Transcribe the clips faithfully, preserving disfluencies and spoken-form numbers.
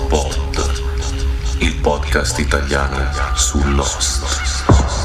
Pod, il podcast italiano su Lost.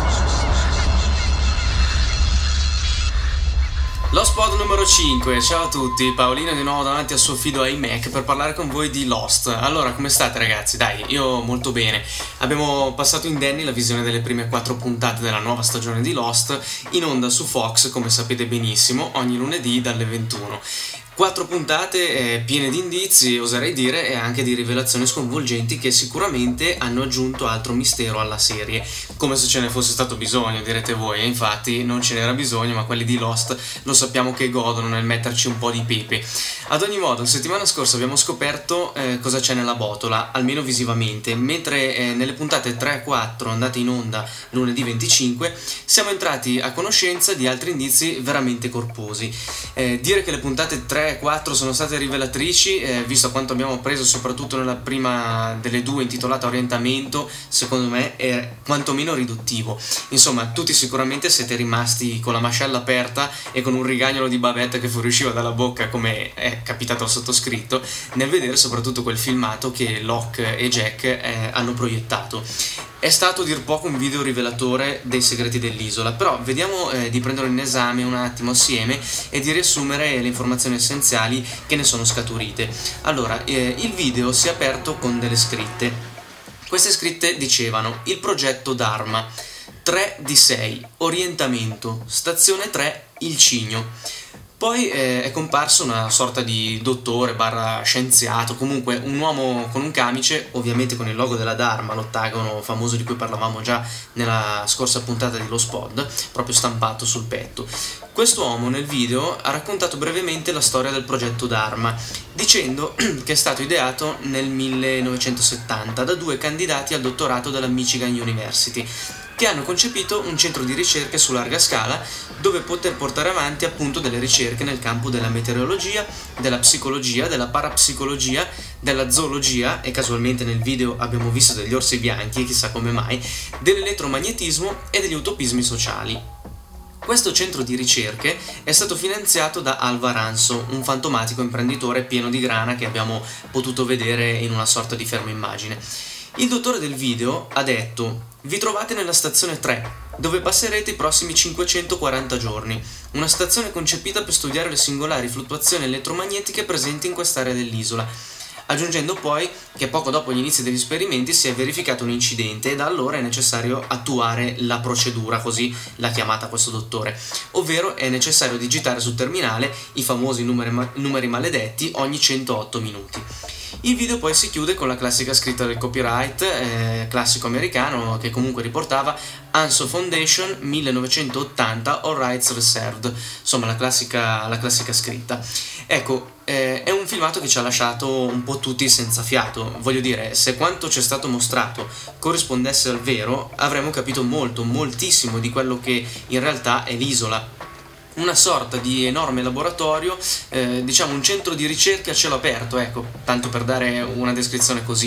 Lost Pod numero cinque, ciao a tutti, Paolino di nuovo davanti al suo fido iMac per parlare con voi di Lost. Allora, come state ragazzi? Dai, io molto bene. Abbiamo passato indenni la visione delle prime quattro puntate della nuova stagione di Lost, in onda su Fox, come sapete benissimo, ogni lunedì dalle ventuno. Quattro puntate eh, piene di indizi, oserei dire, e anche di rivelazioni sconvolgenti che sicuramente hanno aggiunto altro mistero alla serie, come se ce ne fosse stato bisogno, direte voi, e infatti non ce n'era bisogno, ma quelli di Lost lo sappiamo che godono nel metterci un po' di pepe. Ad ogni modo, settimana scorsa abbiamo scoperto eh, cosa c'è nella botola, almeno visivamente, mentre eh, nelle puntate tre e quattro andate in onda lunedì venticinque siamo entrati a conoscenza di altri indizi veramente corposi. Eh, dire che le puntate tre e quattro sono state rivelatrici, eh, visto quanto abbiamo preso soprattutto nella prima delle due intitolata Orientamento, secondo me è quantomeno riduttivo. Insomma, tutti sicuramente siete rimasti con la mascella aperta e con un rigagnolo di bavette che fuoriusciva dalla bocca, come è capitato al sottoscritto, nel vedere soprattutto quel filmato che Locke e Jack eh, hanno proiettato. È stato a dir poco un video rivelatore dei segreti dell'isola, però vediamo eh, di prenderlo in esame un attimo assieme e di riassumere le informazioni essenziali che ne sono scaturite. Allora, eh, il video si è aperto con delle scritte. Queste scritte dicevano: il progetto Dharma, tre di sei, orientamento, stazione tre, il Cigno. Poi eh, è comparso una sorta di dottore barra scienziato, comunque un uomo con un camice, ovviamente con il logo della Dharma, l'ottagono famoso di cui parlavamo già nella scorsa puntata di Lost Pod, proprio stampato sul petto. Quest'uomo nel video ha raccontato brevemente la storia del progetto Dharma, dicendo che è stato ideato nel millenovecentosettanta da due candidati al dottorato della Michigan University, che hanno concepito un centro di ricerche su larga scala dove poter portare avanti appunto delle ricerche nel campo della meteorologia, della psicologia, della parapsicologia, della zoologia, e casualmente nel video abbiamo visto degli orsi bianchi, chissà come mai, dell'elettromagnetismo e degli utopismi sociali. Questo centro di ricerche è stato finanziato da Alva Ranso, un fantomatico imprenditore pieno di grana che abbiamo potuto vedere in una sorta di fermo immagine. Il dottore del video ha detto: vi trovate nella stazione tre, dove passerete i prossimi cinquecentoquaranta giorni, una stazione concepita per studiare le singolari fluttuazioni elettromagnetiche presenti in quest'area dell'isola, aggiungendo poi che poco dopo gli inizi degli esperimenti si è verificato un incidente e da allora è necessario attuare la procedura, così l'ha chiamata questo dottore, ovvero è necessario digitare sul terminale i famosi numeri, ma- numeri maledetti ogni centootto minuti. Il video poi si chiude con la classica scritta del copyright, eh, classico americano, che comunque riportava Anso Foundation millenovecentottanta, All Rights Reserved, insomma la classica, la classica scritta. Ecco, eh, è un filmato che ci ha lasciato un po' tutti senza fiato. Voglio dire, se quanto ci è stato mostrato corrispondesse al vero, avremmo capito molto, moltissimo di quello che in realtà è l'isola. Una sorta di enorme laboratorio, eh, diciamo un centro di ricerca a cielo aperto, ecco, tanto per dare una descrizione così.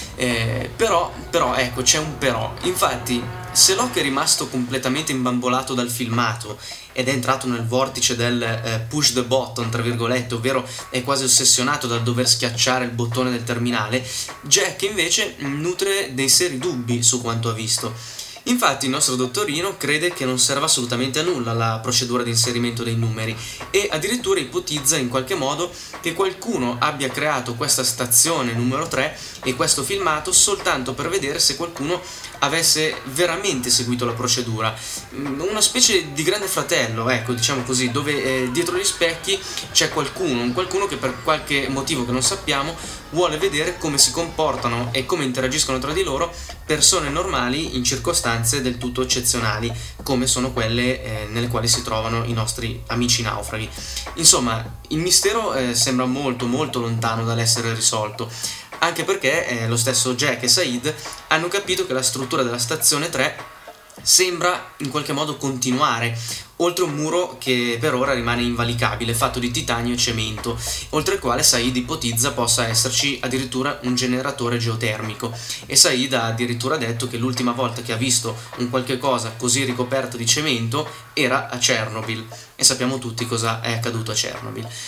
Eh, però, però, ecco, c'è un però. Infatti, se Locke è rimasto completamente imbambolato dal filmato ed è entrato nel vortice del eh, push the button, tra virgolette, ovvero è quasi ossessionato dal dover schiacciare il bottone del terminale, Jack invece nutre dei seri dubbi su quanto ha visto. Infatti il nostro dottorino crede che non serva assolutamente a nulla la procedura di inserimento dei numeri e addirittura ipotizza in qualche modo che qualcuno abbia creato questa stazione numero tre e questo filmato soltanto per vedere se qualcuno avesse veramente seguito la procedura. Una specie di grande fratello, ecco, diciamo così, dove eh, dietro gli specchi c'è qualcuno, un qualcuno che per qualche motivo che non sappiamo vuole vedere come si comportano e come interagiscono tra di loro persone normali in circostanze del tutto eccezionali, come sono quelle eh, nelle quali si trovano i nostri amici naufraghi. Insomma, il mistero eh, sembra molto molto lontano dall'essere risolto, anche perché eh, lo stesso Jack e Said hanno capito che la struttura della stazione tre sembra in qualche modo continuare oltre un muro che per ora rimane invalicabile, fatto di titanio e cemento, oltre il quale Said ipotizza possa esserci addirittura un generatore geotermico, e Said ha addirittura detto che l'ultima volta che ha visto un qualche cosa così ricoperto di cemento era a Chernobyl, e sappiamo tutti cosa è accaduto a Chernobyl.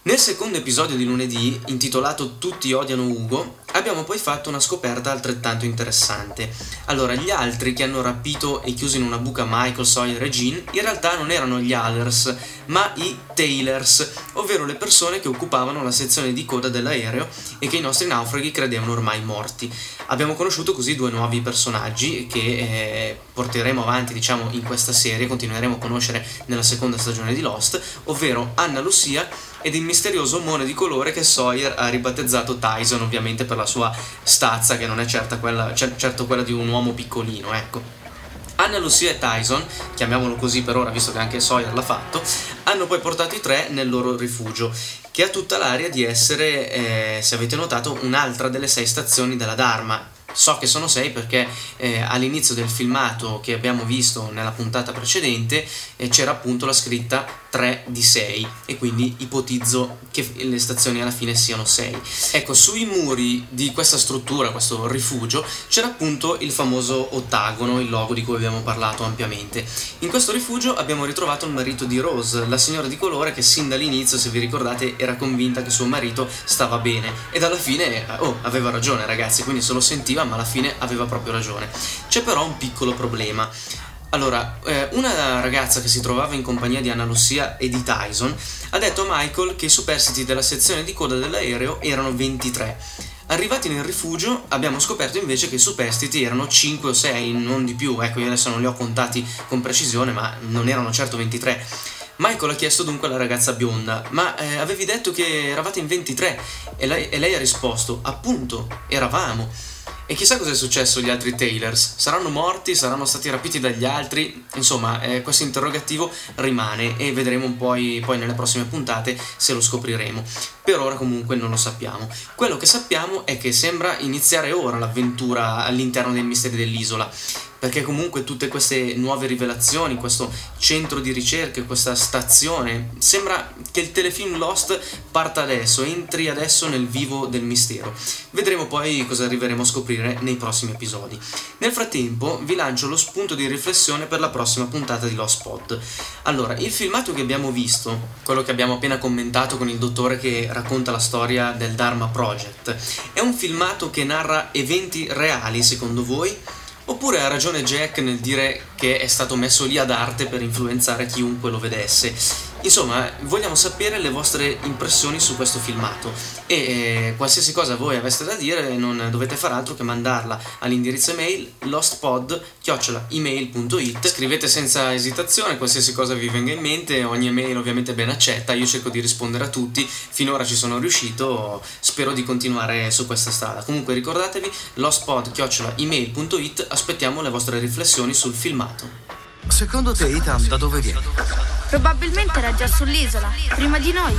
Nel secondo episodio di lunedì, intitolato Tutti odiano Ugo, abbiamo poi fatto una scoperta altrettanto interessante. Allora, gli altri che hanno rapito e chiuso in una buca Michael, Sawyer e Jean in realtà non erano gli Allers, ma i Tailers, ovvero le persone che occupavano la sezione di coda dell'aereo e che i nostri naufraghi credevano ormai morti. Abbiamo conosciuto così due nuovi personaggi che eh, porteremo avanti, diciamo, in questa serie, continueremo a conoscere nella seconda stagione di Lost, ovvero Anna Lucia ed il misterioso omone di colore che Sawyer ha ribattezzato Tyson, ovviamente per la sua stazza, che non è certa quella, certo quella di un uomo piccolino, ecco. Anna Lucia e Tyson, chiamiamolo così per ora visto che anche Sawyer l'ha fatto, hanno poi portato i tre nel loro rifugio, che ha tutta l'aria di essere, eh, se avete notato, un'altra delle sei stazioni della Dharma. So che sono sei perché eh, all'inizio del filmato che abbiamo visto nella puntata precedente eh, c'era appunto la scritta tre di sei e quindi ipotizzo che le stazioni alla fine siano sei. Ecco, sui muri di questa struttura, questo rifugio, c'era appunto il famoso ottagono, il logo di cui abbiamo parlato ampiamente. In questo rifugio abbiamo ritrovato il marito di Rose, la signora di colore che sin dall'inizio, se vi ricordate, era convinta che suo marito stava bene ed alla fine, oh, aveva ragione ragazzi, quindi se lo sentiva, ma alla fine aveva proprio ragione. C'è però un piccolo problema. Allora, eh, una ragazza che si trovava in compagnia di Anna Lucia e di Tyson ha detto a Michael che i superstiti della sezione di coda dell'aereo erano ventitré. Arrivati nel rifugio abbiamo scoperto invece che i superstiti erano cinque o sei, non di più. Ecco, io adesso non li ho contati con precisione, ma non erano certo ventitré. Michael ha chiesto dunque alla ragazza bionda: ma eh, avevi detto che eravate in ventitré? E lei, e lei ha risposto: appunto, eravamo. E chissà cosa è successo agli altri Tailers. Saranno morti? Saranno stati rapiti dagli altri? Insomma, eh, questo interrogativo rimane e vedremo poi, poi nelle prossime puntate se lo scopriremo. Per ora comunque non lo sappiamo. Quello che sappiamo è che sembra iniziare ora l'avventura all'interno dei misteri dell'isola, perché comunque tutte queste nuove rivelazioni, questo centro di ricerche, questa stazione, sembra che il telefilm Lost parta adesso, entri adesso nel vivo del mistero. Vedremo poi cosa arriveremo a scoprire nei prossimi episodi. Nel frattempo vi lancio lo spunto di riflessione per la prossima puntata di Lost Pod. Allora, il filmato che abbiamo visto, quello che abbiamo appena commentato con il dottore che racconta la storia del Dharma Project, è un filmato che narra eventi reali secondo voi? Oppure ha ragione Jack nel dire che è stato messo lì ad arte per influenzare chiunque lo vedesse? Insomma, vogliamo sapere le vostre impressioni su questo filmato e eh, qualsiasi cosa voi aveste da dire non dovete far altro che mandarla all'indirizzo email lostpod chiocciola email punto it. Scrivete senza esitazione qualsiasi cosa vi venga in mente, ogni email ovviamente ben accetta, io cerco di rispondere a tutti, finora ci sono riuscito, spero di continuare su questa strada. Comunque ricordatevi lostpod chiocciola email punto it, aspettiamo le vostre riflessioni sul filmato. Secondo te Ethan da dove viene? Probabilmente era già sull'isola, prima di noi.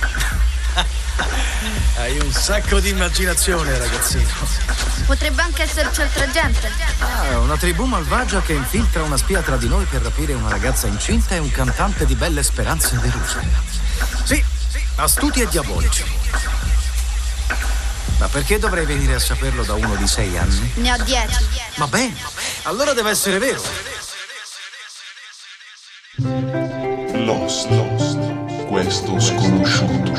Hai un sacco di immaginazione, ragazzino. Potrebbe anche esserci altra gente. Ah, una tribù malvagia che infiltra una spia tra di noi per rapire una ragazza incinta e un cantante di belle speranze deluse. Sì, astuti e diabolici. Ma perché dovrei venire a saperlo da uno di sei anni? Ne ho dieci. Ma bene, allora deve essere vero. Lost, Lost, questo sconosciuto.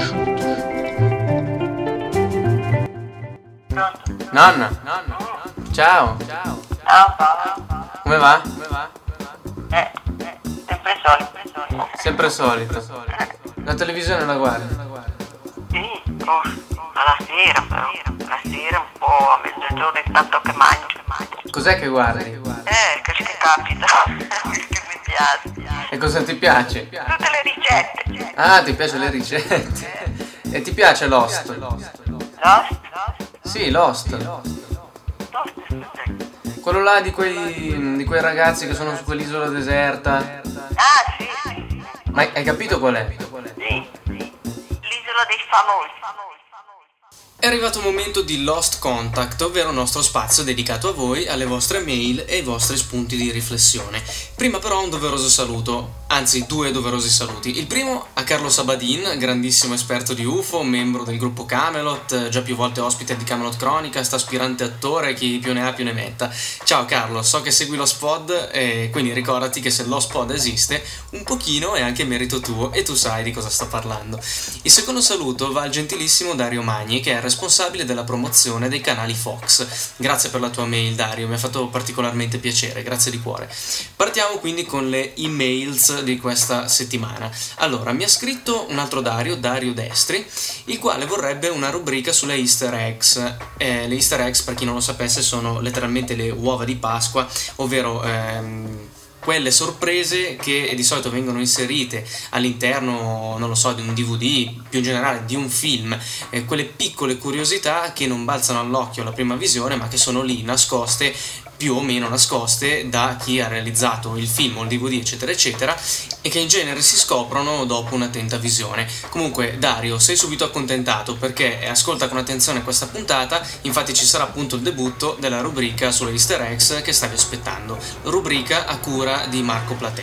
Nonna, ciao. Ciao Paolo. Come va? Come va? Eh, eh, sempre solito. Sempre solito. La televisione la guardi? Sì, oh, alla sera però. La sera un po' a mezzogiorno intanto che mangio. Cos'è che guardi? Eh, che che capita. Che mi piace. E cosa ti piace? Tutte le ricette. Ah, ti piace le ricette? E ti piace Lost? Lost? Sì, Lost. Quello là di quei, di quei ragazzi che sono su quell'isola deserta. Ah, sì, sì. Ma hai capito qual è? Sì, sì. L'isola dei famosi. È arrivato il momento di Lost Contact, ovvero il nostro spazio dedicato a voi, alle vostre mail e ai vostri spunti di riflessione. Prima però un doveroso saluto. Anzi, due doverosi saluti. Il primo a Carlo Sabadin, grandissimo esperto di U F O, membro del gruppo Camelot, già più volte ospite di Camelot Chronicast, aspirante attore, chi più ne ha più ne metta. Ciao Carlo, so che segui lo Spod e quindi ricordati che se lo Spod esiste, un pochino è anche merito tuo e tu sai di cosa sto parlando. Il secondo saluto va al gentilissimo Dario Magni, che è responsabile della promozione dei canali Fox. Grazie per la tua mail, Dario, mi ha fatto particolarmente piacere, grazie di cuore. Partiamo quindi con le emails di questa settimana. Allora, mi ha scritto un altro Dario, Dario Destri, il quale vorrebbe una rubrica sulle easter eggs. Eh, le easter eggs, per chi non lo sapesse, sono letteralmente le uova di Pasqua, ovvero ehm, quelle sorprese che di solito vengono inserite all'interno, non lo so, di un D V D, più in generale di un film, eh, quelle piccole curiosità che non balzano all'occhio alla prima visione, ma che sono lì nascoste, più o meno nascoste da chi ha realizzato il film o il D V D eccetera eccetera, e che in genere si scoprono dopo un'attenta visione. Comunque Dario, sei subito accontentato perché ascolta con attenzione questa puntata, infatti ci sarà appunto il debutto della rubrica sulle easter eggs che stavi aspettando, rubrica a cura di Marco Platè.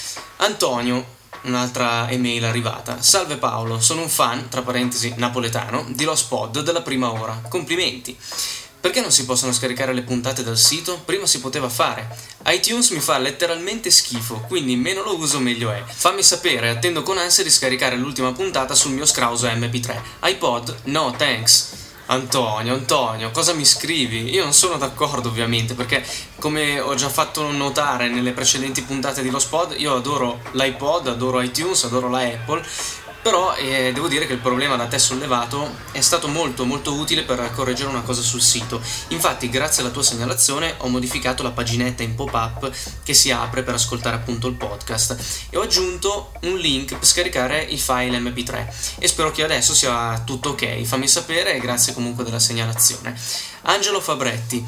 Antonio, un'altra email arrivata. Salve Paolo, sono un fan, tra parentesi napoletano, di Lo Spod della prima ora, complimenti. Perché non si possono scaricare le puntate dal sito? Prima si poteva fare. iTunes mi fa letteralmente schifo, quindi meno lo uso meglio è. Fammi sapere, attendo con ansia di scaricare l'ultima puntata sul mio scrauso M P tre. iPod? No, thanks. Antonio, Antonio, cosa mi scrivi? Io non sono d'accordo ovviamente, perché come ho già fatto notare nelle precedenti puntate di Lo Spod, io adoro l'iPod, adoro iTunes, adoro la Apple, però eh, devo dire che il problema da te sollevato è stato molto molto utile per correggere una cosa sul sito. Infatti grazie alla tua segnalazione ho modificato la paginetta in pop-up che si apre per ascoltare appunto il podcast e ho aggiunto un link per scaricare il file M P tre e spero che adesso sia tutto ok. Fammi sapere e grazie comunque della segnalazione. Angelo Fabretti,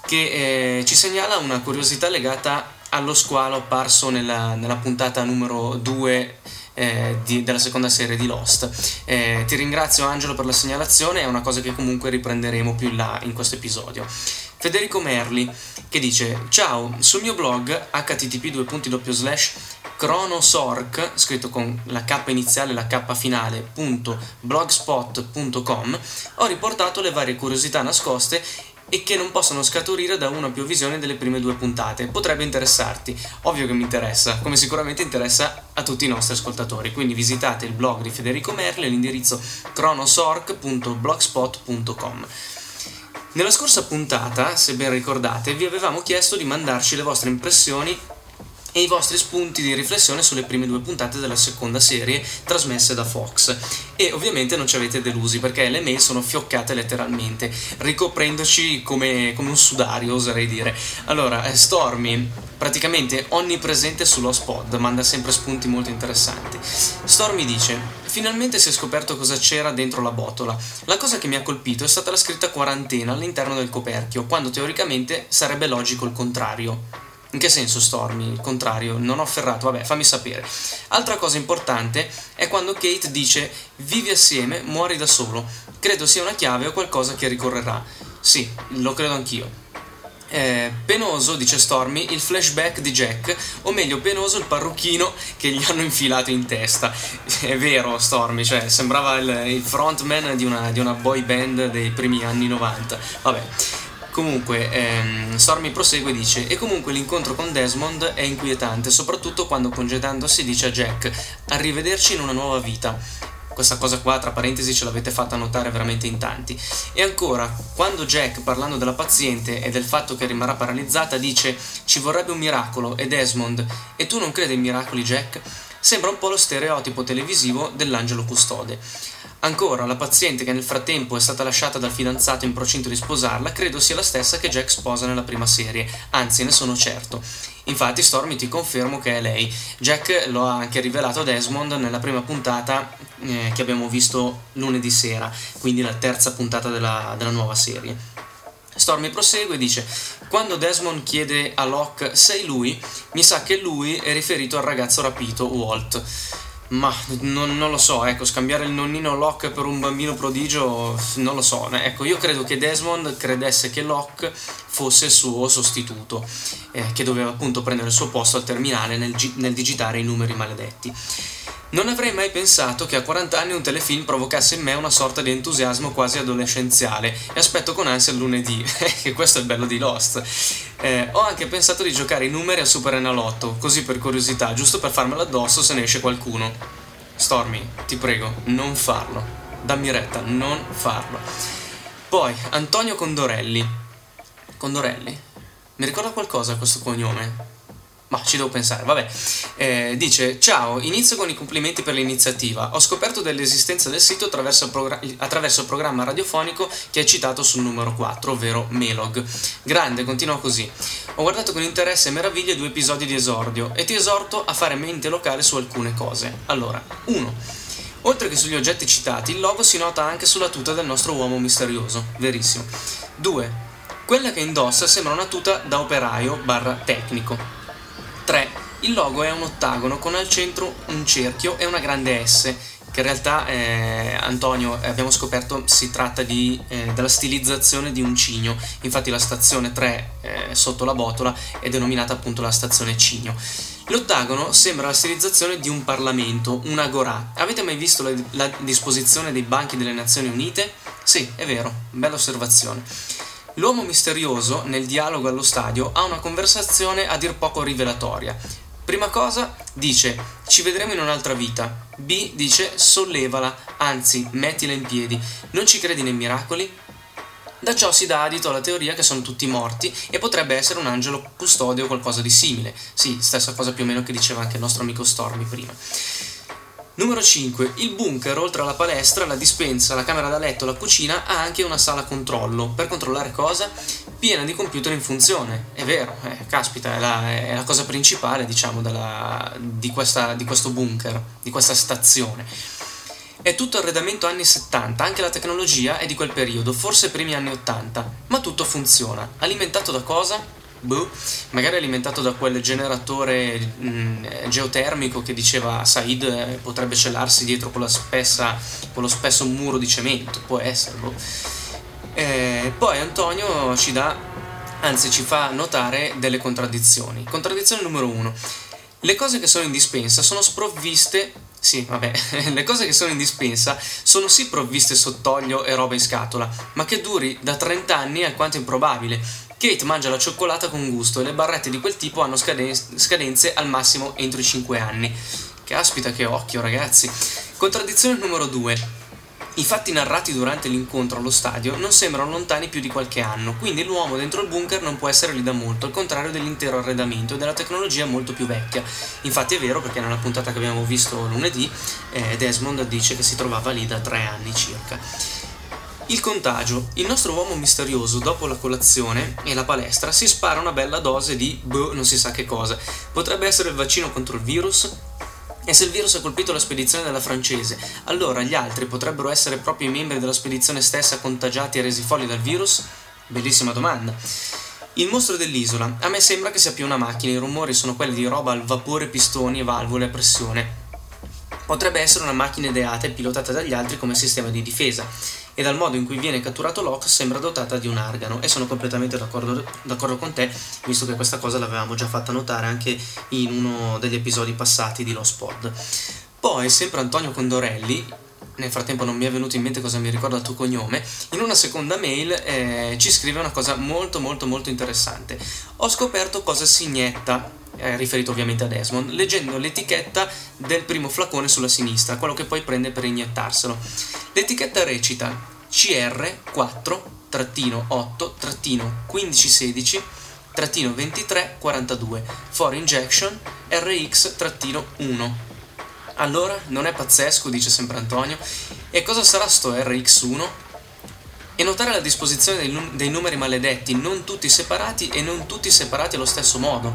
che eh, ci segnala una curiosità legata allo squalo apparso nella, nella puntata numero due Eh, di, della seconda serie di Lost. Eh, ti ringrazio Angelo per la segnalazione, è una cosa che comunque riprenderemo più in là in questo episodio. Federico Merli, che dice: ciao, sul mio blog h t t p due punti doppio slash chronosork, scritto con la K iniziale e la K finale, punto blogspot punto com, ho riportato le varie curiosità nascoste e che non possono scaturire da una o più visioni delle prime due puntate. Potrebbe interessarti. Ovvio che mi interessa, come sicuramente interessa a tutti i nostri ascoltatori, quindi visitate il blog di Federico Merli all'indirizzo chronosork punto blogspot punto com. Nella scorsa puntata, se ben ricordate, vi avevamo chiesto di mandarci le vostre impressioni e i vostri spunti di riflessione sulle prime due puntate della seconda serie trasmesse da Fox, e ovviamente non ci avete delusi perché le mail sono fioccate letteralmente, ricoprendoci come, come un sudario, oserei dire. Allora, Stormy, praticamente onnipresente sullo Spod, manda sempre spunti molto interessanti. Stormy dice: finalmente si è scoperto cosa c'era dentro la botola. La cosa che mi ha colpito è stata la scritta quarantena all'interno del coperchio, quando teoricamente sarebbe logico il contrario. In che senso, Stormy? Il contrario? Non ho afferrato, vabbè, fammi sapere. Altra cosa importante è quando Kate dice: vivi assieme, muori da solo. Credo sia una chiave o qualcosa che ricorrerà. Sì, lo credo anch'io. Eh, penoso, dice Stormy, il flashback di Jack, o meglio penoso il parrucchino che gli hanno infilato in testa. È vero, Stormy, cioè sembrava il, il frontman di una, di una boy band dei primi anni novanta. Vabbè. Comunque, ehm, Stormy prosegue e dice: e comunque l'incontro con Desmond è inquietante, soprattutto quando congedandosi dice a Jack: arrivederci in una nuova vita. Questa cosa qua, tra parentesi, ce l'avete fatta notare veramente in tanti. E ancora, quando Jack, parlando della paziente e del fatto che rimarrà paralizzata, dice: ci vorrebbe un miracolo, e Desmond: e tu non credi in miracoli, Jack? Sembra un po' lo stereotipo televisivo dell'angelo custode. Ancora, la paziente che nel frattempo è stata lasciata dal fidanzato in procinto di sposarla, credo sia la stessa che Jack sposa nella prima serie, anzi ne sono certo. Infatti Stormy, ti confermo che è lei. Jack lo ha anche rivelato a Desmond nella prima puntata eh, che abbiamo visto lunedì sera, quindi la terza puntata della, della nuova serie. Stormy prosegue e dice: quando Desmond chiede a Locke: sei lui? Mi sa che lui è riferito al ragazzo rapito, Walt. Ma non, non lo so, ecco, scambiare il nonnino Locke per un bambino prodigio, non lo so. Ecco, io credo che Desmond credesse che Locke fosse il suo sostituto, eh, che doveva appunto prendere il suo posto al terminale nel, nel digitare i numeri maledetti. Non avrei mai pensato che a quaranta anni un telefilm provocasse in me una sorta di entusiasmo quasi adolescenziale e aspetto con ansia il lunedì, che questo è il bello di Lost. Eh, ho anche pensato di giocare i numeri al Super Enalotto, così per curiosità, giusto per farmelo addosso se ne esce qualcuno. Stormy, ti prego, non farlo. Dammi retta, non farlo. Poi, Antonio Condorelli. Condorelli? Mi ricorda qualcosa questo cognome? Ma ci devo pensare, vabbè. Eh, dice: ciao, inizio con i complimenti per l'iniziativa. Ho scoperto dell'esistenza del sito attraverso il, progra- attraverso il programma radiofonico che hai citato sul numero quattro, ovvero Melog. Grande, continua così. Ho guardato con interesse e meraviglia due episodi di esordio e ti esorto a fare mente locale su alcune cose. Allora, uno. Oltre che sugli oggetti citati, il logo si nota anche sulla tuta del nostro uomo misterioso. Verissimo. due. Quella che indossa sembra una tuta da operaio barra tecnico. tre. Il logo è un ottagono con al centro un cerchio e una grande S, che in realtà, eh, Antonio, abbiamo scoperto, si tratta di, eh, della stilizzazione di un cigno. Infatti la stazione tre eh, sotto la botola è denominata appunto la stazione cigno. L'ottagono sembra la stilizzazione di un parlamento, un agorà. Avete mai visto la, la disposizione dei banchi delle Nazioni Unite? Sì, è vero, bella osservazione. L'uomo misterioso, nel dialogo allo stadio, ha una conversazione a dir poco rivelatoria. Prima cosa, dice: ci vedremo in un'altra vita. B dice: sollevala, anzi, mettila in piedi. Non ci credi nei miracoli? Da ciò si dà adito alla teoria che sono tutti morti e potrebbe essere un angelo custode o qualcosa di simile. Sì, stessa cosa più o meno che diceva anche il nostro amico Stormy prima. Numero cinque. Il bunker, oltre alla palestra, la dispensa, la camera da letto, la cucina, ha anche una sala controllo. Per controllare cosa? Piena di computer in funzione. È vero, eh, caspita, è la, è la cosa principale, diciamo, della, di, questa, di questo bunker, di questa stazione. È tutto arredamento anni settanta, anche la tecnologia è di quel periodo, forse primi anni ottanta, ma tutto funziona. Alimentato da cosa? Boh, magari alimentato da quel generatore mh, geotermico che diceva Said eh, potrebbe celarsi dietro quella spessa, quello spesso muro di cemento, può essere, boh. Eh, poi Antonio ci dà, anzi ci fa notare delle contraddizioni. Contraddizione numero uno. Le cose che sono in dispensa sono sprovviste, sì, vabbè, le cose che sono in dispensa sono sì provviste sott'olio e roba in scatola, ma che duri da trenta anni è alquanto improbabile. Kate mangia la cioccolata con gusto e le barrette di quel tipo hanno scaden- scadenze al massimo entro i cinque anni. Caspita, che occhio, ragazzi. Contraddizione numero due. I fatti narrati durante l'incontro allo stadio non sembrano lontani più di qualche anno, quindi l'uomo dentro il bunker non può essere lì da molto, al contrario dell'intero arredamento e della tecnologia molto più vecchia. Infatti è vero, perché nella puntata che abbiamo visto lunedì, eh, Desmond dice che si trovava lì da tre anni circa. Il contagio. Il nostro uomo misterioso, dopo la colazione e la palestra, si spara una bella dose di boh, non si sa che cosa. Potrebbe essere il vaccino contro il virus? E se il virus ha colpito la spedizione della francese, allora gli altri potrebbero essere proprio i membri della spedizione stessa contagiati e resi folli dal virus? Bellissima domanda. Il mostro dell'isola. A me sembra che sia più una macchina, i rumori sono quelli di roba al vapore, pistoni e valvole a pressione. Potrebbe essere una macchina ideata e pilotata dagli altri come sistema di difesa, e dal modo in cui viene catturato Locke sembra dotata di un argano, e sono completamente d'accordo, d'accordo con te, visto che questa cosa l'avevamo già fatta notare anche in uno degli episodi passati di Lost Pod. Poi, sempre Antonio Condorelli, nel frattempo non mi è venuto in mente cosa mi ricorda il tuo cognome, in una seconda mail eh, ci scrive una cosa molto molto molto interessante. Ho scoperto cosa si inietta, eh, riferito ovviamente a Desmond, leggendo l'etichetta del primo flacone sulla sinistra, quello che poi prende per iniettarselo. L'etichetta recita C R quattro otto quindici sedici ventitré quarantadue for injection R X uno. Allora, non è pazzesco, dice sempre Antonio. E cosa sarà sto R X uno? E notare la disposizione dei, num- dei numeri maledetti, non tutti separati e non tutti separati allo stesso modo.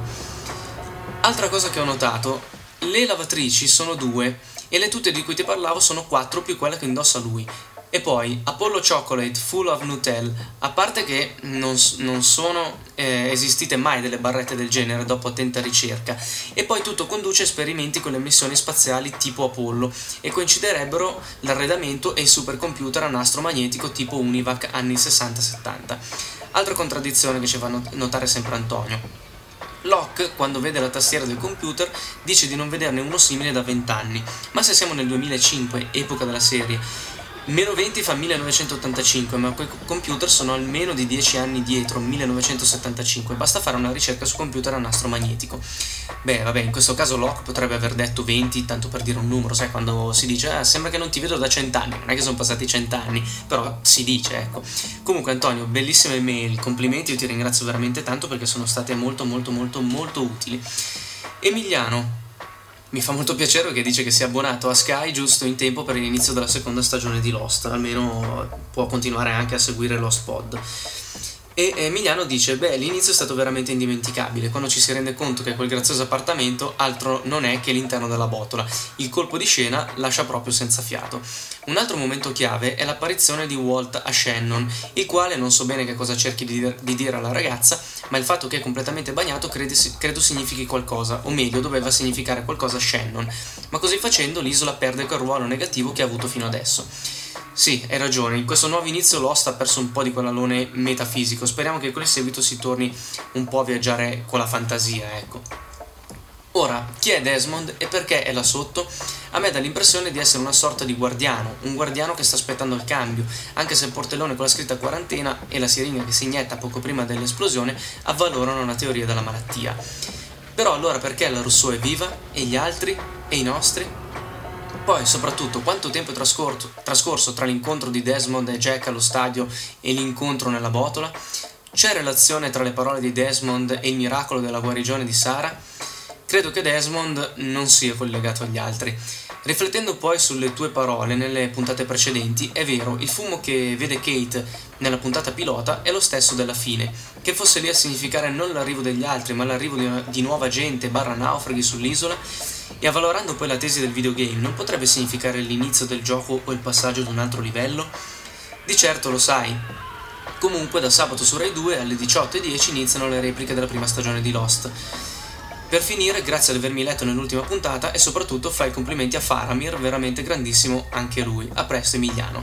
Altra cosa che ho notato, le lavatrici sono due e le tute di cui ti parlavo sono quattro più quella che indossa lui. E poi Apollo Chocolate Full of Nutella, a parte che non, non sono eh, esistite mai delle barrette del genere dopo attenta ricerca, e poi tutto conduce a esperimenti con le missioni spaziali tipo Apollo, e coinciderebbero l'arredamento e il supercomputer a nastro magnetico tipo Univac anni sessanta settanta. Altra contraddizione che ci fa notare sempre Antonio. Locke, quando vede la tastiera del computer, dice di non vederne uno simile da venti anni, ma se siamo nel duemilacinque, epoca della serie, meno venti fa millenovecentottantacinque, ma quei computer sono almeno di dieci anni dietro, millenovecentosettantacinque, basta fare una ricerca su computer a nastro magnetico. Beh, vabbè, in questo caso Locke potrebbe aver detto venti, tanto per dire un numero, sai, quando si dice ah, sembra che non ti vedo da cent'anni, non è che sono passati cent'anni, però si dice, ecco. Comunque Antonio, bellissime mail, complimenti, io ti ringrazio veramente tanto perché sono state molto molto molto molto utili. Emiliano, mi fa molto piacere che dice che si è abbonato a Sky giusto in tempo per l'inizio della seconda stagione di Lost, almeno può continuare anche a seguire Lost Pod. E Emiliano dice, beh, l'inizio è stato veramente indimenticabile, quando ci si rende conto che quel grazioso appartamento altro non è che l'interno della botola. Il colpo di scena lascia proprio senza fiato. Un altro momento chiave è l'apparizione di Walt a Shannon, il quale non so bene che cosa cerchi di, dir- di dire alla ragazza, ma il fatto che è completamente bagnato crede, credo significhi qualcosa, o meglio doveva significare qualcosa a Shannon, ma così facendo l'isola perde quel ruolo negativo che ha avuto fino adesso. Sì, hai ragione, in questo nuovo inizio Lost ha perso un po' di quell'alone metafisico, speriamo che con il seguito si torni un po' a viaggiare con la fantasia, ecco. Ora, chi è Desmond e perché è là sotto? A me dà l'impressione di essere una sorta di guardiano, un guardiano che sta aspettando il cambio, anche se il portellone con la scritta quarantena e la siringa che si inietta poco prima dell'esplosione avvalorano una teoria della malattia. Però allora perché la Rousseau è viva? E gli altri? E i nostri? Poi, soprattutto, quanto tempo è trascorso, trascorso tra l'incontro di Desmond e Jack allo stadio e l'incontro nella botola? C'è relazione tra le parole di Desmond e il miracolo della guarigione di Sarah? Credo che Desmond non sia collegato agli altri. Riflettendo poi sulle tue parole nelle puntate precedenti, è vero, il fumo che vede Kate nella puntata pilota è lo stesso della fine, che fosse lì a significare non l'arrivo degli altri, ma l'arrivo di, una, di nuova gente barra naufraghi sull'isola. E avvalorando poi la tesi del videogame, non potrebbe significare l'inizio del gioco o il passaggio ad un altro livello? Di certo lo sai. Comunque da sabato su Rai due alle diciotto e dieci iniziano le repliche della prima stagione di Lost. Per finire, grazie ad avermi letto nell'ultima puntata e soprattutto fai i complimenti a Faramir, veramente grandissimo anche lui. A presto Emiliano.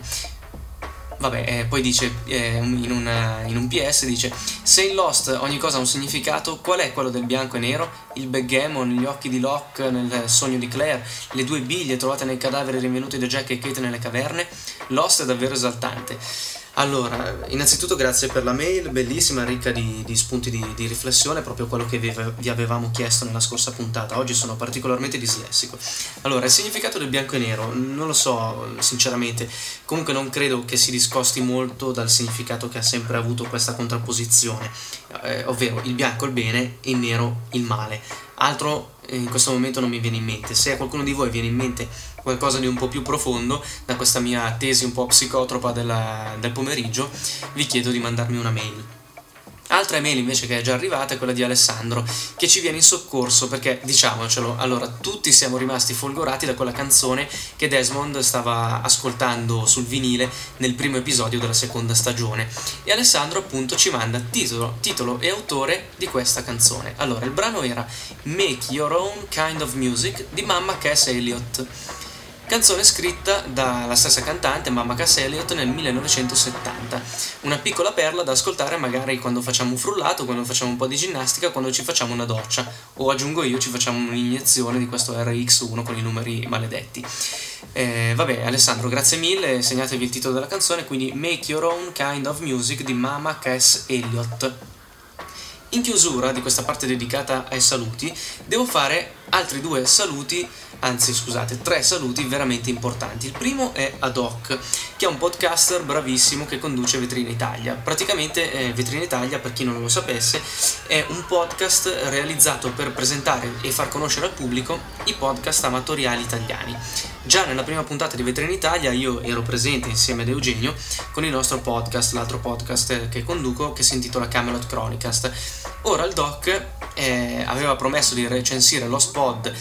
Vabbè, eh, poi dice eh, in, una, in un P S dice: se in Lost ogni cosa ha un significato, qual è quello del bianco e nero? Il backgammon, gli occhi di Locke nel sogno di Claire, le due biglie trovate nei cadaveri rinvenuti da Jack e Kate nelle caverne? Lost è davvero esaltante. Allora, innanzitutto grazie per la mail, bellissima, ricca di, di spunti di, di riflessione, proprio quello che vi avevamo chiesto nella scorsa puntata. Oggi sono particolarmente dislessico. Allora, il significato del bianco e nero, non lo so sinceramente, comunque non credo che si discosti molto dal significato che ha sempre avuto questa contrapposizione, eh, ovvero il bianco il bene e il nero il male. Altro in questo momento non mi viene in mente. Se a qualcuno di voi viene in mente qualcosa di un po' più profondo da questa mia tesi un po' psicotropa della, del pomeriggio, vi chiedo di mandarmi una mail. Altra email invece che è già arrivata è quella di Alessandro, che ci viene in soccorso perché, diciamocelo, allora tutti siamo rimasti folgorati da quella canzone che Desmond stava ascoltando sul vinile nel primo episodio della seconda stagione, e Alessandro appunto ci manda titolo, titolo e autore di questa canzone. Allora, il brano era Make Your Own Kind of Music di Mamma Cass Elliot, canzone scritta dalla stessa cantante Mamma Cass Elliot nel millenovecentosettanta, una piccola perla da ascoltare magari quando facciamo un frullato, quando facciamo un po' di ginnastica, quando ci facciamo una doccia, o aggiungo io ci facciamo un'iniezione di questo R X uno con i numeri maledetti. Eh, vabbè, Alessandro, grazie mille, segnatevi il titolo della canzone, quindi Make Your Own Kind of Music di Mamma Cass Elliot. In chiusura di questa parte dedicata ai saluti, devo fare altri due saluti, anzi scusate, tre saluti veramente importanti. Il primo è Ad Hoc, che è un podcaster bravissimo che conduce Vetrina Italia. Praticamente eh, Vetrina Italia, per chi non lo sapesse, è un podcast realizzato per presentare e far conoscere al pubblico i podcast amatoriali italiani. Già nella prima puntata di Vetrina Italia io ero presente insieme ad Eugenio con il nostro podcast, l'altro podcast che conduco, che si intitola Camelot Chronicast. Ora il doc eh, aveva promesso di recensire Lost Pod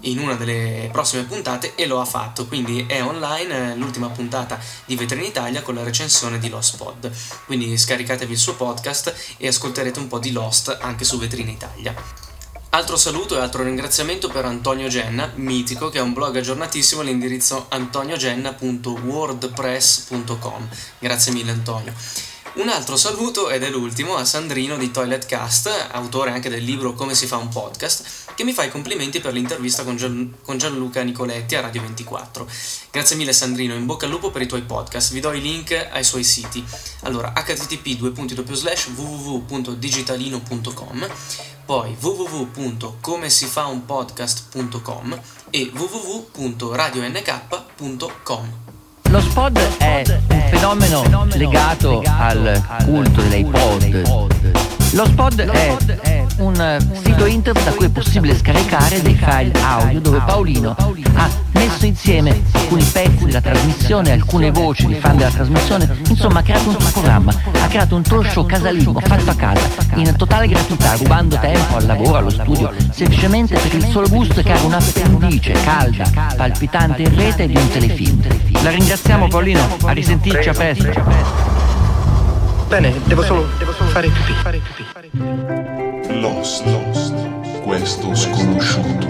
in una delle prossime puntate e lo ha fatto, quindi è online eh, l'ultima puntata di Vetrina Italia con la recensione di Lost Pod, quindi scaricatevi il suo podcast e ascolterete un po' di Lost anche su Vetrina Italia. Altro saluto e altro ringraziamento per Antonio Genna, mitico, che ha un blog aggiornatissimo all'indirizzo antoniogenna punto wordpress punto com. Grazie mille Antonio. Un altro saluto, ed è l'ultimo, a Sandrino di Toiletcast, autore anche del libro Come si fa un podcast, che mi fa i complimenti per l'intervista con, Gian, con Gianluca Nicoletti a Radio ventiquattro. Grazie mille Sandrino, in bocca al lupo per i tuoi podcast, vi do i link ai suoi siti. Allora, h t t p due punti doppio slash w w w punto digitalino punto com, poi w w w punto come si fa un podcast punto com e w w w punto radio n k punto com. Lo Spod è un fenomeno legato al culto dell'iPod. Lo Spod è un sito internet da cui è possibile scaricare dei file audio dove Paolino ha messo insieme alcuni pezzi della trasmissione, alcune voci di fan della trasmissione, insomma ha creato un suo programma, ha creato un talk show casalingo fatto a casa, in totale gratuità, rubando tempo al lavoro, allo studio, semplicemente per il solo gusto di creare un'appendice calda, palpitante in rete di un telefilm. La ringraziamo Paolino, a risentirci, a presto. Bene, devo solo, devo solo fare pipì. Fare pipì. Lost, Lost, questo sconosciuto.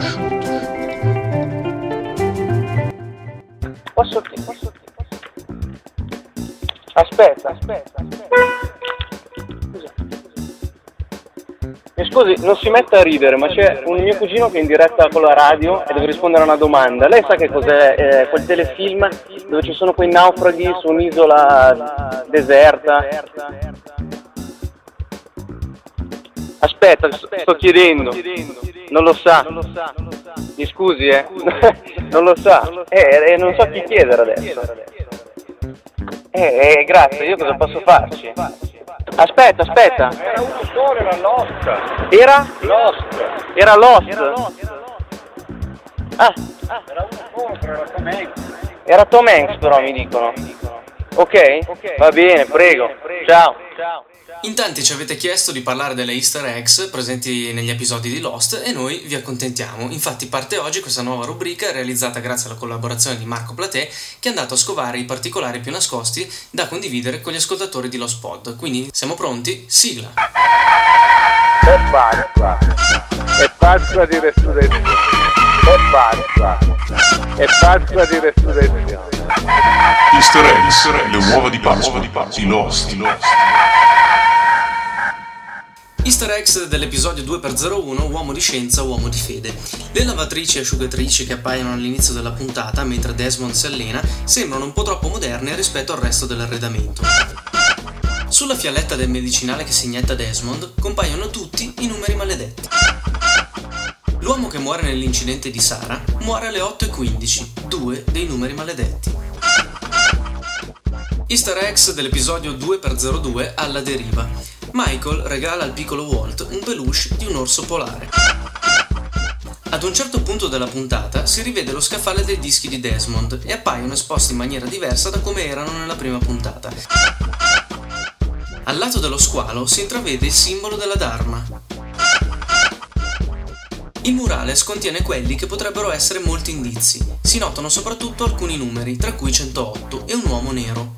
Posso ti, posso ti, posso ti. Aspetta, aspetta, aspetta. Scusa. Mi scusi, non si metta a ridere, ma c'è un mio cugino che è in diretta con la radio e deve rispondere a una domanda. Lei sa che cos'è eh, quel telefilm dove ci sono quei naufraghi su un'isola deserta? Aspetta, sto chiedendo. Non lo sa. Mi scusi, eh. Non lo sa. Eh, eh, non so chi chiedere adesso. Eh, eh, grazie, io cosa posso farci? Aspetta, aspetta. Era uno solo, era Lost. Era? Lost. Era Lost. Era Lost. Ah. Era uno solo, però era Tom Hanks. Era Tom Hanks però, mi dicono. Ok? Va bene, prego. Ciao. Ciao. In tanti ci avete chiesto di parlare delle easter eggs presenti negli episodi di Lost e noi vi accontentiamo. Infatti parte oggi questa nuova rubrica realizzata grazie alla collaborazione di Marco Platé, che è andato a scovare i particolari più nascosti da condividere con gli ascoltatori di Lost Pod. Quindi siamo pronti? Sigla! E basta. E basta di resurrezione. E basta. E basta di resurrezione. Easter eggs, le uova di Pasqua di Lost, di Lost. Easter eggs dell'episodio due per zero uno, uomo di scienza, uomo di fede. Le lavatrici e asciugatrici che appaiono all'inizio della puntata, mentre Desmond si allena, sembrano un po' troppo moderne rispetto al resto dell'arredamento. Sulla fialetta del medicinale che si inietta Desmond compaiono tutti i numeri maledetti. L'uomo che muore nell'incidente di Sara muore alle otto e quindici, due dei numeri maledetti. Easter eggs dell'episodio due per zero due, alla deriva. Michael regala al piccolo Walt un peluche di un orso polare. Ad un certo punto della puntata si rivede lo scaffale dei dischi di Desmond e appaiono esposti in maniera diversa da come erano nella prima puntata. Al lato dello squalo si intravede il simbolo della Dharma. Il murales contiene quelli che potrebbero essere molti indizi. Si notano soprattutto alcuni numeri, tra cui centootto e un uomo nero.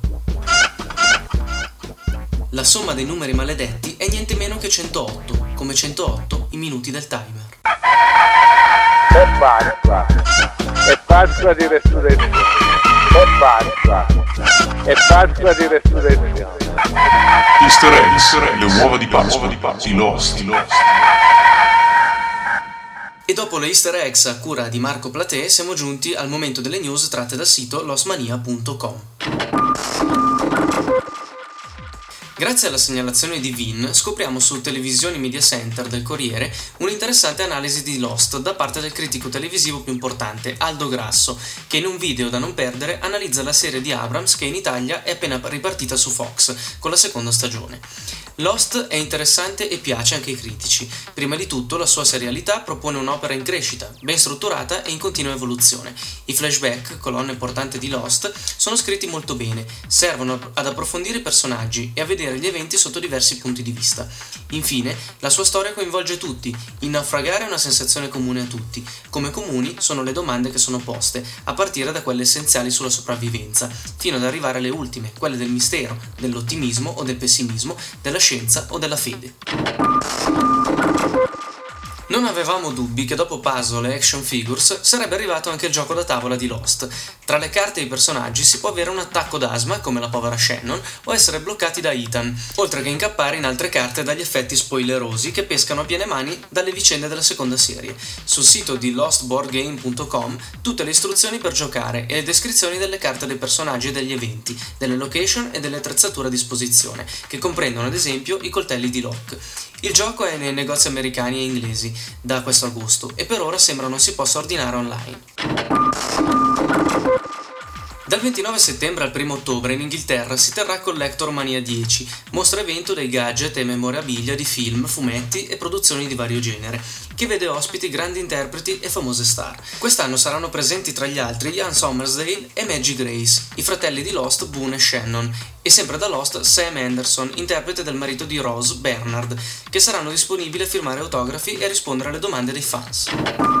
La somma dei numeri maledetti è niente meno che centootto, come centootto i minuti del timer. E basta. E basta di resurrezione. E basta. E basta di resurrezione. Easter eggs, le uova di Pasqua di Lost, di Lost. E dopo le easter eggs a cura di Marco Platé siamo giunti al momento delle news tratte dal sito losmania punto com. Grazie alla segnalazione di Vin scopriamo su Televisioni Media Center del Corriere un'interessante analisi di Lost da parte del critico televisivo più importante, Aldo Grasso, che in un video da non perdere analizza la serie di Abrams che in Italia è appena ripartita su Fox con la seconda stagione. Lost è interessante e piace anche ai critici. Prima di tutto la sua serialità propone un'opera in crescita, ben strutturata e in continua evoluzione. I flashback, colonna importante di Lost, sono scritti molto bene, servono ad approfondire i personaggi e a vedere vedere gli eventi sotto diversi punti di vista. Infine, la sua storia coinvolge tutti, il naufragare è una sensazione comune a tutti, come comuni sono le domande che sono poste, a partire da quelle essenziali sulla sopravvivenza, fino ad arrivare alle ultime, quelle del mistero, dell'ottimismo o del pessimismo, della scienza o della fede. Non avevamo dubbi che dopo puzzle e action figures sarebbe arrivato anche il gioco da tavola di Lost. Tra le carte e i personaggi si può avere un attacco d'asma, come la povera Shannon, o essere bloccati da Ethan, oltre che incappare in altre carte dagli effetti spoilerosi che pescano a piene mani dalle vicende della seconda serie. Sul sito di lost board game punto com tutte le istruzioni per giocare e le descrizioni delle carte dei personaggi e degli eventi, delle location e delle attrezzature a disposizione, che comprendono ad esempio i coltelli di Locke. Il gioco è nei negozi americani e inglesi da questo agosto e per ora sembra non si possa ordinare online. Dal ventinove settembre al primo ottobre in Inghilterra si terrà Collector Mania dieci, mostra evento dei gadget e memorabilia di film, fumetti e produzioni di vario genere, che vede ospiti grandi interpreti e famose star. Quest'anno saranno presenti tra gli altri Ian Somersdale e Maggie Grace, i fratelli di Lost Boone e Shannon, e sempre da Lost Sam Anderson, interprete del marito di Rose, Bernard, che saranno disponibili a firmare autografi e a rispondere alle domande dei fans.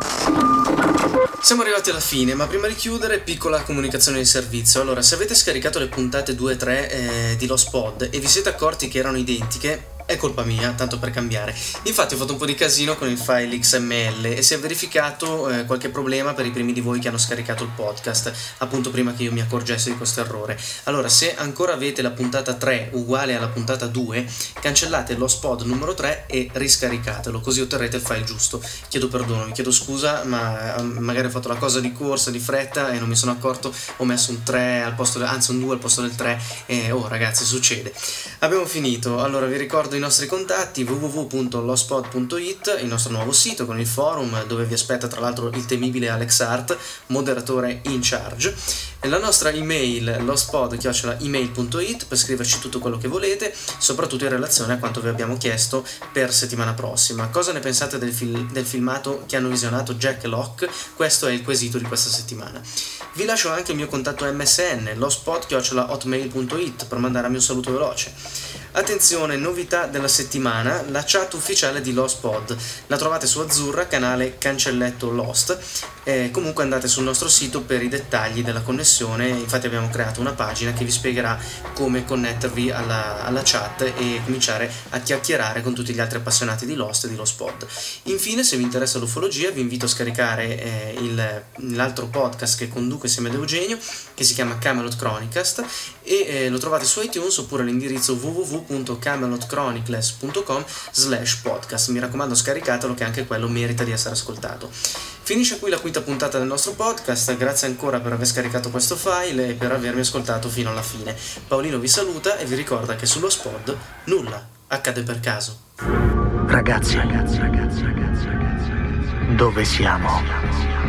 Siamo arrivati alla fine, ma prima di chiudere, piccola comunicazione di servizio. Allora, se avete scaricato le puntate due e tre eh, di Lost Pod e vi siete accorti che erano identiche, è colpa mia, tanto per cambiare. Infatti ho fatto un po' di casino con il file X M L e si è verificato eh, qualche problema per i primi di voi che hanno scaricato il podcast, appunto prima che io mi accorgessi di questo errore. Allora, se ancora avete la puntata tre uguale alla puntata due, cancellate Lost Pod numero tre e riscaricatelo, così otterrete il file giusto. Chiedo perdono, vi chiedo scusa, ma magari ho fatto la cosa di corsa, di fretta e non mi sono accorto, ho messo un tre al posto del, anzi un due al posto del tre e oh ragazzi, succede. Abbiamo finito. Allora vi ricordo i nostri contatti: w w w punto lostpod punto it, il nostro nuovo sito con il forum dove vi aspetta tra l'altro il temibile Alex Hart, moderatore in charge, e la nostra email lostpod chiocciola email punto it per scriverci tutto quello che volete, soprattutto in relazione a quanto vi abbiamo chiesto per settimana prossima. Cosa ne pensate del, fil- del filmato che hanno visionato Jack e Locke? Questo è il quesito di questa settimana. Vi lascio anche il mio contatto M S N, lostpod chiocciola hotmail punto it, per mandarmi un saluto veloce. Attenzione, novità della settimana, la chat ufficiale di Lost Pod. La trovate su Azzurra, canale Cancelletto Lost. E comunque andate sul nostro sito per i dettagli della connessione. Infatti abbiamo creato una pagina che vi spiegherà come connettervi alla, alla chat e cominciare a chiacchierare con tutti gli altri appassionati di Lost e di Lost Pod. Infine, se vi interessa l'ufologia, vi invito a scaricare eh, il, l'altro podcast che conduco insieme ad Eugenio, che si chiama Camelot Chronicast, e eh, lo trovate su iTunes oppure all'indirizzo w w w punto camelot chronicles punto com slash podcast. Mi raccomando, scaricatelo, che anche quello merita di essere ascoltato. Finisce qui la quinta puntata del nostro podcast, grazie ancora per aver scaricato questo file e per avermi ascoltato fino alla fine. Paolino vi saluta e vi ricorda che sullo Spod nulla accade per caso. Ragazzi, ragazzi, ragazzi, ragazzi, ragazzi, dove siamo?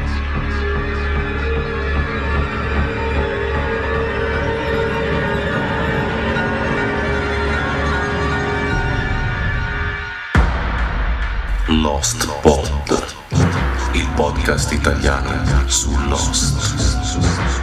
Lost Pod, il podcast italiano su Lost.